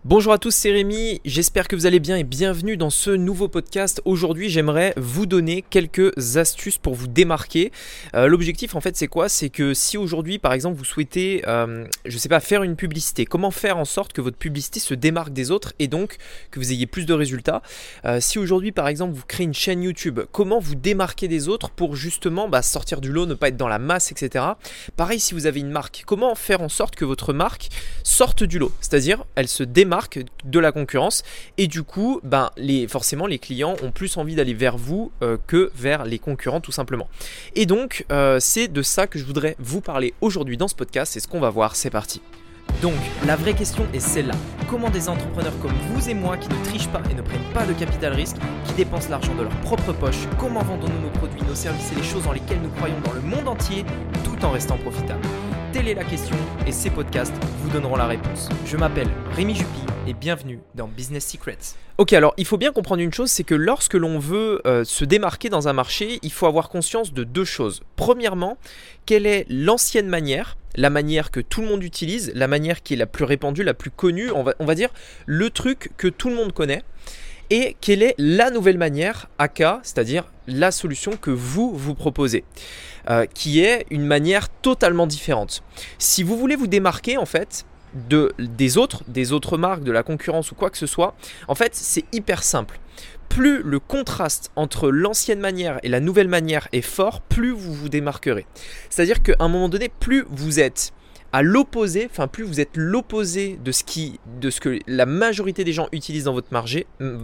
Bonjour à tous, c'est Rémi, j'espère que vous allez bien et bienvenue dans ce nouveau podcast. Aujourd'hui, j'aimerais vous donner quelques astuces pour vous démarquer. L'objectif en fait c'est quoi? C'est que si aujourd'hui par exemple vous souhaitez, faire une publicité, comment faire en sorte que votre publicité se démarque des autres et donc que vous ayez plus de résultats. Si aujourd'hui par exemple vous créez une chaîne YouTube, comment vous démarquer des autres pour justement sortir du lot, ne pas être dans la masse, etc. Pareil si vous avez une marque, comment faire en sorte que votre marque sorte du lot, c'est-à-dire elle se démarque de la concurrence et du coup forcément les clients ont plus envie d'aller vers vous que vers les concurrents tout simplement. Et donc c'est de ça que je voudrais vous parler aujourd'hui dans ce podcast, c'est ce qu'on va voir, c'est parti. Donc la vraie question est celle-là, comment des entrepreneurs comme vous et moi qui ne trichent pas et ne prennent pas de capital risque, qui dépensent l'argent de leur propre poche, comment vendons-nous nos produits, nos services et les choses dans lesquelles nous croyons dans le monde entier tout en restant profitables? Telle est la question et ces podcasts vous donneront la réponse. Je m'appelle Rémi Jupy et bienvenue dans Business Secrets. Ok, alors il faut bien comprendre une chose, c'est que lorsque l'on veut se démarquer dans un marché, il faut avoir conscience de deux choses. Premièrement, quelle est l'ancienne manière, la manière que tout le monde utilise, la manière qui est la plus répandue, la plus connue, on va dire le truc que tout le monde connaît. Et quelle est la nouvelle manière, aka, c'est-à-dire la solution que vous proposez, qui est une manière totalement différente. Si vous voulez vous démarquer en fait des autres marques, de la concurrence ou quoi que ce soit, en fait c'est hyper simple. Plus le contraste entre l'ancienne manière et la nouvelle manière est fort, plus vous vous démarquerez. C'est-à-dire qu'à un moment donné, plus vous êtes à l'opposé, plus vous êtes l'opposé de ce que la majorité des gens utilisent dans votre marché,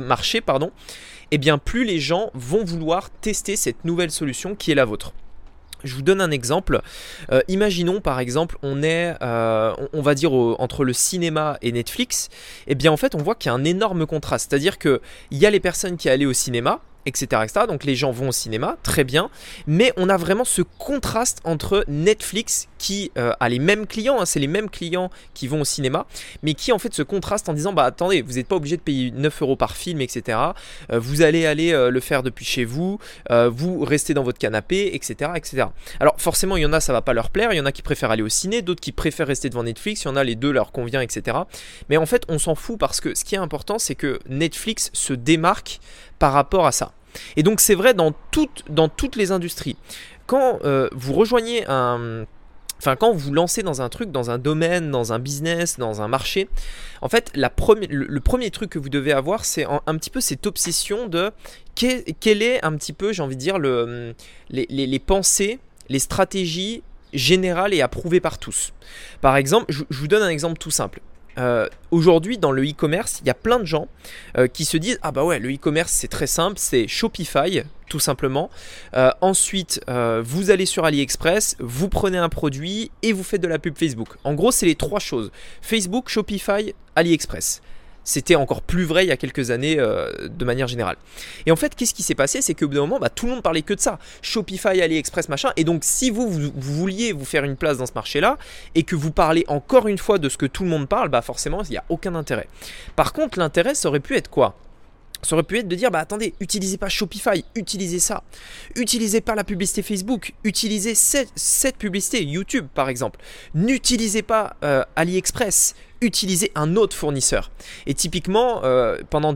et bien plus les gens vont vouloir tester cette nouvelle solution qui est la vôtre. Je vous donne un exemple. Imaginons par exemple, on va dire entre le cinéma et Netflix. Et bien en fait, on voit qu'il y a un énorme contraste. C'est-à-dire qu'il y a les personnes qui allaient au cinéma, etc. Donc les gens vont au cinéma, très bien. Mais on a vraiment ce contraste entre Netflix qui a les mêmes clients, c'est les mêmes clients qui vont au cinéma, mais qui en fait se contraste en disant attendez, vous n'êtes pas obligé de payer 9 € par film, etc. Vous allez le faire depuis chez vous, vous restez dans votre canapé, etc., etc. Alors forcément, il y en a, ça va pas leur plaire, il y en a qui préfèrent aller au ciné, d'autres qui préfèrent rester devant Netflix, il y en a les deux leur convient, etc. Mais en fait, on s'en fout parce que ce qui est important, c'est que Netflix se démarque par rapport à ça. Et donc c'est vrai dans toutes les industries. Quand vous rejoignez quand vous lancez dans un truc, dans un domaine, dans un business, dans un marché, en fait le premier truc que vous devez avoir, c'est un petit peu cette obsession de quel est un petit peu, j'ai envie de dire, les pensées, les stratégies générales et approuvées par tous. Par exemple, je vous donne un exemple tout simple. Aujourd'hui dans le e-commerce, il y a plein de gens qui se disent le e-commerce c'est très simple, c'est Shopify tout simplement. Ensuite vous allez sur AliExpress, vous prenez un produit et vous faites de la pub Facebook. En gros c'est les trois choses: Facebook, Shopify, AliExpress. C'était encore plus vrai il y a quelques années de manière générale. Et en fait, qu'est-ce qui s'est passé? C'est qu'au bout d'un moment, tout le monde parlait que de ça. Shopify, AliExpress, machin. Et donc, si vous vouliez vous faire une place dans ce marché-là et que vous parlez encore une fois de ce que tout le monde parle, forcément, il n'y a aucun intérêt. Par contre, l'intérêt, ça aurait pu être quoi? Ça aurait pu être de dire attendez, utilisez pas Shopify, utilisez ça. Utilisez pas la publicité Facebook, utilisez cette publicité YouTube par exemple. N'utilisez pas AliExpress, utilisez un autre fournisseur. Et typiquement, pendant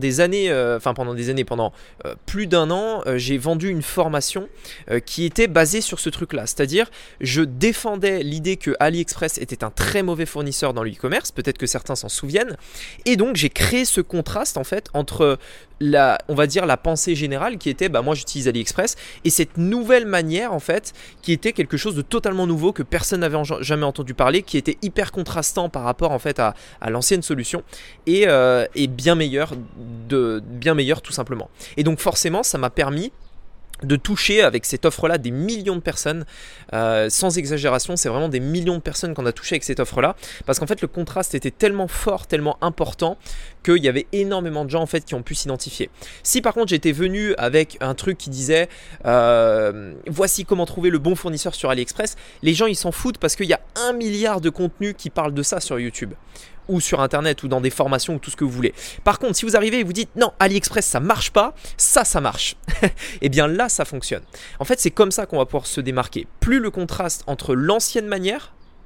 plus d'un an, j'ai vendu une formation qui était basée sur ce truc-là. C'est-à-dire, je défendais l'idée que AliExpress était un très mauvais fournisseur dans l'e-commerce, peut-être que certains s'en souviennent. Et donc, j'ai créé ce contraste en fait entre la pensée générale qui était moi j'utilise AliExpress et cette nouvelle manière en fait qui était quelque chose de totalement nouveau que personne n'avait jamais entendu parler, qui était hyper contrastant par rapport en fait à l'ancienne solution et bien meilleur tout simplement. Et donc forcément ça m'a permis de toucher avec cette offre-là des millions de personnes, sans exagération, c'est vraiment des millions de personnes qu'on a touché avec cette offre-là, parce qu'en fait le contraste était tellement fort, tellement important qu'il y avait énormément de gens en fait qui ont pu s'identifier. Si par contre j'étais venu avec un truc qui disait voici comment trouver le bon fournisseur sur AliExpress, les gens ils s'en foutent parce qu'il y a 1 milliard de contenus qui parlent de ça sur YouTube ou sur internet ou dans des formations ou tout ce que vous voulez. Par contre, si vous arrivez et vous dites non, AliExpress ça marche pas, ça marche. Et bien là ça fonctionne. En fait, c'est comme ça qu'on va pouvoir se démarquer. Plus le contraste entre l'ancienne manière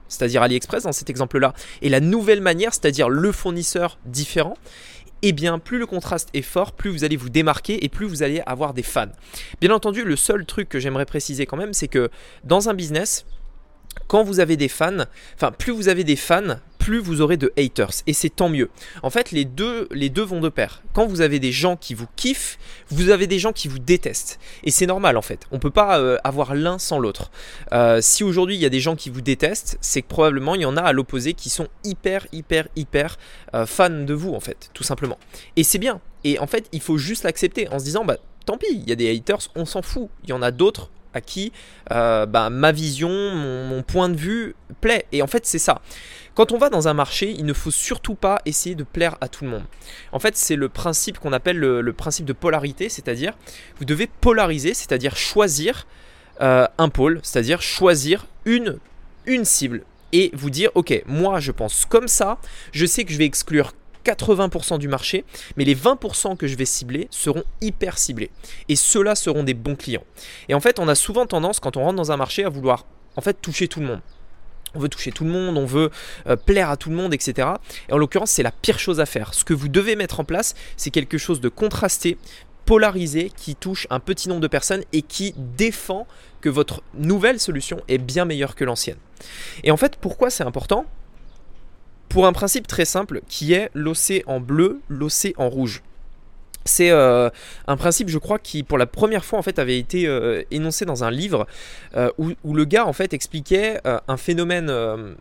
c'est-à-dire AliExpress dans cet exemple-là, et la nouvelle manière, c'est-à-dire le fournisseur différent, eh bien plus le contraste est fort, plus vous allez vous démarquer et plus vous allez avoir des fans. Bien entendu, le seul truc que j'aimerais préciser quand même, c'est que dans un business, quand vous avez des fans, enfin plus vous avez des fans, plus vous aurez de haters, et c'est tant mieux. En fait, les deux vont de pair. Quand vous avez des gens qui vous kiffent, vous avez des gens qui vous détestent, et c'est normal en fait. On ne peut pas avoir l'un sans l'autre. Si aujourd'hui il y a des gens qui vous détestent, c'est que probablement il y en a à l'opposé qui sont hyper fans de vous en fait, tout simplement. Et c'est bien. Et en fait, il faut juste l'accepter en se disant tant pis, il y a des haters, on s'en fout. Il y en a d'autres à qui ma vision, mon point de vue plaît. Et en fait, c'est ça. Quand on va dans un marché, il ne faut surtout pas essayer de plaire à tout le monde. En fait, c'est le principe qu'on appelle le principe de polarité, c'est-à-dire vous devez polariser, c'est-à-dire choisir un pôle, c'est-à-dire choisir une cible et vous dire ok, moi je pense comme ça, je sais que je vais exclure 80% du marché, mais les 20% que je vais cibler seront hyper ciblés. Et ceux-là seront des bons clients. Et en fait, on a souvent tendance, quand on rentre dans un marché, à vouloir en fait toucher tout le monde. On veut toucher tout le monde, on veut plaire à tout le monde, etc. Et en l'occurrence, c'est la pire chose à faire. Ce que vous devez mettre en place, c'est quelque chose de contrasté, polarisé, qui touche un petit nombre de personnes et qui défend que votre nouvelle solution est bien meilleure que l'ancienne. Et en fait, pourquoi c'est important ? Pour un principe très simple qui est l'OC en bleu, l'OC en rouge. C'est un principe, je crois, qui pour la première fois en fait avait été énoncé dans un livre où le gars en fait expliquait un phénomène, on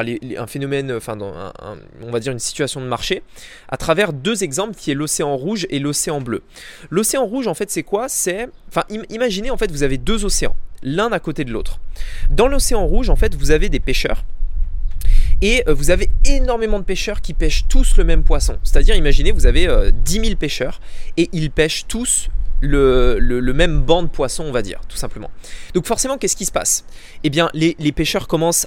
va dire une situation de marché, à travers deux exemples qui est l'océan rouge et l'océan bleu. L'océan rouge en fait c'est quoi ? Imaginez en fait vous avez deux océans, l'un à côté de l'autre. Dans l'océan rouge en fait vous avez des pêcheurs. Et vous avez énormément de pêcheurs qui pêchent tous le même poisson. C'est-à-dire, imaginez, vous avez 10 000 pêcheurs et ils pêchent tous le même banc de poissons, on va dire, tout simplement. Donc forcément, qu'est-ce qui se passe ? Eh bien, les pêcheurs commencent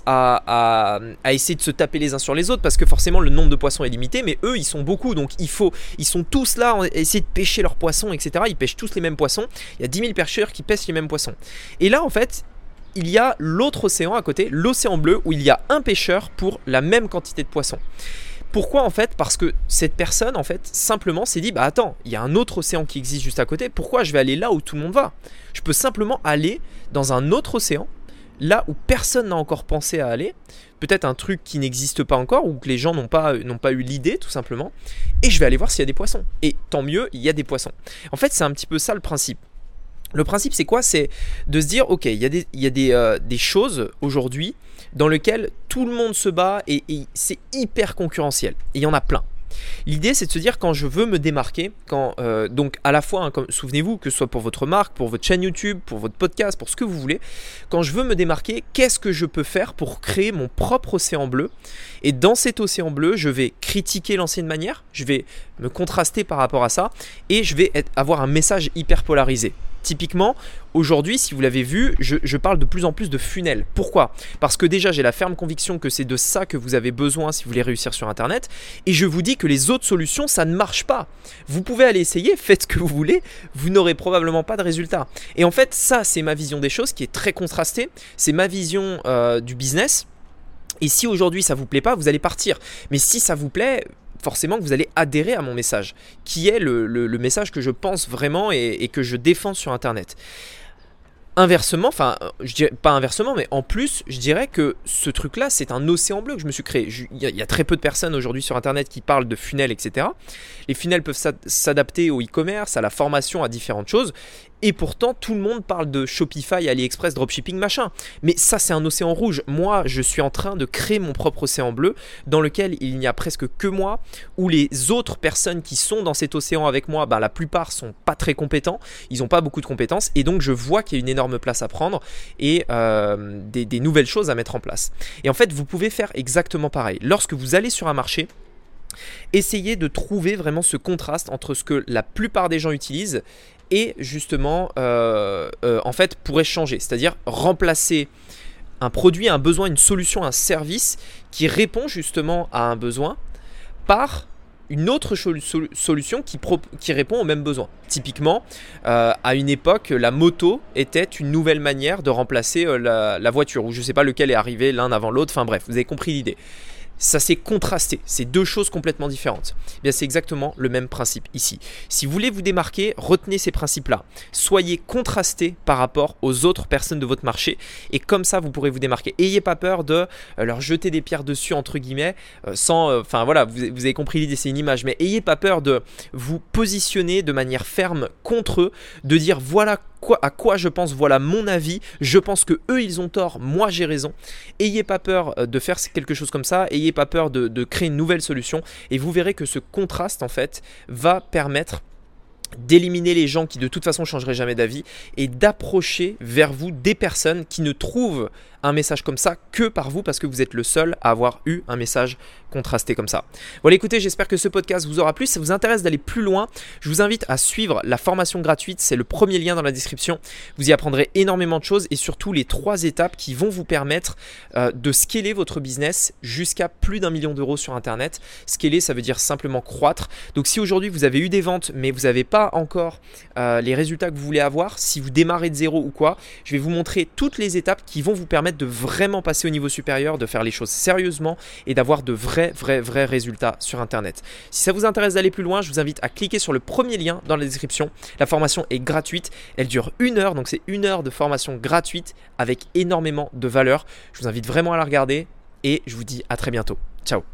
à essayer de se taper les uns sur les autres parce que forcément, le nombre de poissons est limité, mais eux, ils sont beaucoup. Donc ils sont tous là à essayer de pêcher leurs poissons, etc. Ils pêchent tous les mêmes poissons. Il y a 10 000 pêcheurs qui pêchent les mêmes poissons. Et là, en fait, il y a l'autre océan à côté, l'océan bleu, où il y a un pêcheur pour la même quantité de poissons. Pourquoi en fait ? Parce que cette personne en fait simplement s'est dit attends, il y a un autre océan qui existe juste à côté, pourquoi je vais aller là où tout le monde va ? Je peux simplement aller dans un autre océan, là où personne n'a encore pensé à aller, peut-être un truc qui n'existe pas encore ou que les gens n'ont pas eu l'idée tout simplement, et je vais aller voir s'il y a des poissons. Et tant mieux, il y a des poissons. En fait, c'est un petit peu ça le principe. Le principe, c'est quoi ? C'est de se dire, ok, il y a des choses aujourd'hui dans lesquelles tout le monde se bat et c'est hyper concurrentiel. Et il y en a plein. L'idée, c'est de se dire, quand je veux me démarquer, donc à la fois, souvenez-vous, que ce soit pour votre marque, pour votre chaîne YouTube, pour votre podcast, pour ce que vous voulez, quand je veux me démarquer, qu'est-ce que je peux faire pour créer mon propre océan bleu ? Et dans cet océan bleu, je vais critiquer l'ancienne manière, je vais me contraster par rapport à ça et je vais avoir un message hyper polarisé. Typiquement, aujourd'hui, si vous l'avez vu, je parle de plus en plus de funnels. Pourquoi ? Parce que déjà, j'ai la ferme conviction que c'est de ça que vous avez besoin si vous voulez réussir sur Internet. Et je vous dis que les autres solutions, ça ne marche pas. Vous pouvez aller essayer, faites ce que vous voulez, vous n'aurez probablement pas de résultat. Et en fait, ça, c'est ma vision des choses qui est très contrastée. C'est ma vision du business. Et si aujourd'hui, ça ne vous plaît pas, vous allez partir. Mais si ça vous plaît, forcément que vous allez adhérer à mon message, qui est le message que je pense vraiment et que je défends sur Internet. Inversement, je dirais pas inversement, mais en plus, je dirais que ce truc-là, c'est un océan bleu que je me suis créé. Il y a très peu de personnes aujourd'hui sur Internet qui parlent de funnels, etc. Les funnels peuvent s'adapter au e-commerce, à la formation, à différentes choses. Et pourtant, tout le monde parle de Shopify, AliExpress, dropshipping, machin. Mais ça, c'est un océan rouge. Moi, je suis en train de créer mon propre océan bleu dans lequel il n'y a presque que moi, où les autres personnes qui sont dans cet océan avec moi, la plupart sont pas très compétents. Ils n'ont pas beaucoup de compétences. Et donc, je vois qu'il y a une énorme place à prendre et des nouvelles choses à mettre en place. Et en fait, vous pouvez faire exactement pareil. Lorsque vous allez sur un marché, essayez de trouver vraiment ce contraste entre ce que la plupart des gens utilisent et justement en fait pourrait changer, c'est-à-dire remplacer un produit, un besoin, une solution, un service qui répond justement à un besoin par une autre solution qui répond aux mêmes besoins. Typiquement, à une époque, la moto était une nouvelle manière de remplacer la voiture, ou je ne sais pas lequel est arrivé l'un avant l'autre, enfin bref, vous avez compris l'idée. Ça s'est contrasté, c'est deux choses complètement différentes. Eh bien, c'est exactement le même principe ici. Si vous voulez vous démarquer, retenez ces principes-là. Soyez contrasté par rapport aux autres personnes de votre marché et comme ça, vous pourrez vous démarquer. Ayez pas peur de leur jeter des pierres dessus, entre guillemets, enfin voilà, vous avez compris l'idée, c'est une image, mais ayez pas peur de vous positionner de manière ferme contre eux, de dire voilà à quoi je pense, voilà mon avis, je pense que eux ils ont tort, moi j'ai raison. Ayez pas peur de faire quelque chose comme ça, ayez pas peur de créer une nouvelle solution et vous verrez que ce contraste en fait va permettre d'éliminer les gens qui de toute façon ne changeraient jamais d'avis et d'approcher vers vous des personnes qui ne trouvent un message comme ça que par vous parce que vous êtes le seul à avoir eu un message contrasté comme ça. Voilà, écoutez, j'espère que ce podcast vous aura plu. Si ça vous intéresse d'aller plus loin, je vous invite à suivre la formation gratuite. C'est le premier lien dans la description. Vous y apprendrez énormément de choses et surtout les 3 étapes qui vont vous permettre de scaler votre business jusqu'à plus d'1 million d'euros sur Internet. Scaler, ça veut dire simplement croître. Donc si aujourd'hui vous avez eu des ventes mais vous n'avez pas encore les résultats que vous voulez avoir, si vous démarrez de zéro ou quoi, je vais vous montrer toutes les étapes qui vont vous permettre de vraiment passer au niveau supérieur, de faire les choses sérieusement et d'avoir de vrais résultats sur Internet. Si ça vous intéresse d'aller plus loin, je vous invite à cliquer sur le premier lien dans la description. La formation est gratuite, elle dure 1 heure, donc c'est 1 heure de formation gratuite avec énormément de valeur. Je vous invite vraiment à la regarder et je vous dis à très bientôt. Ciao.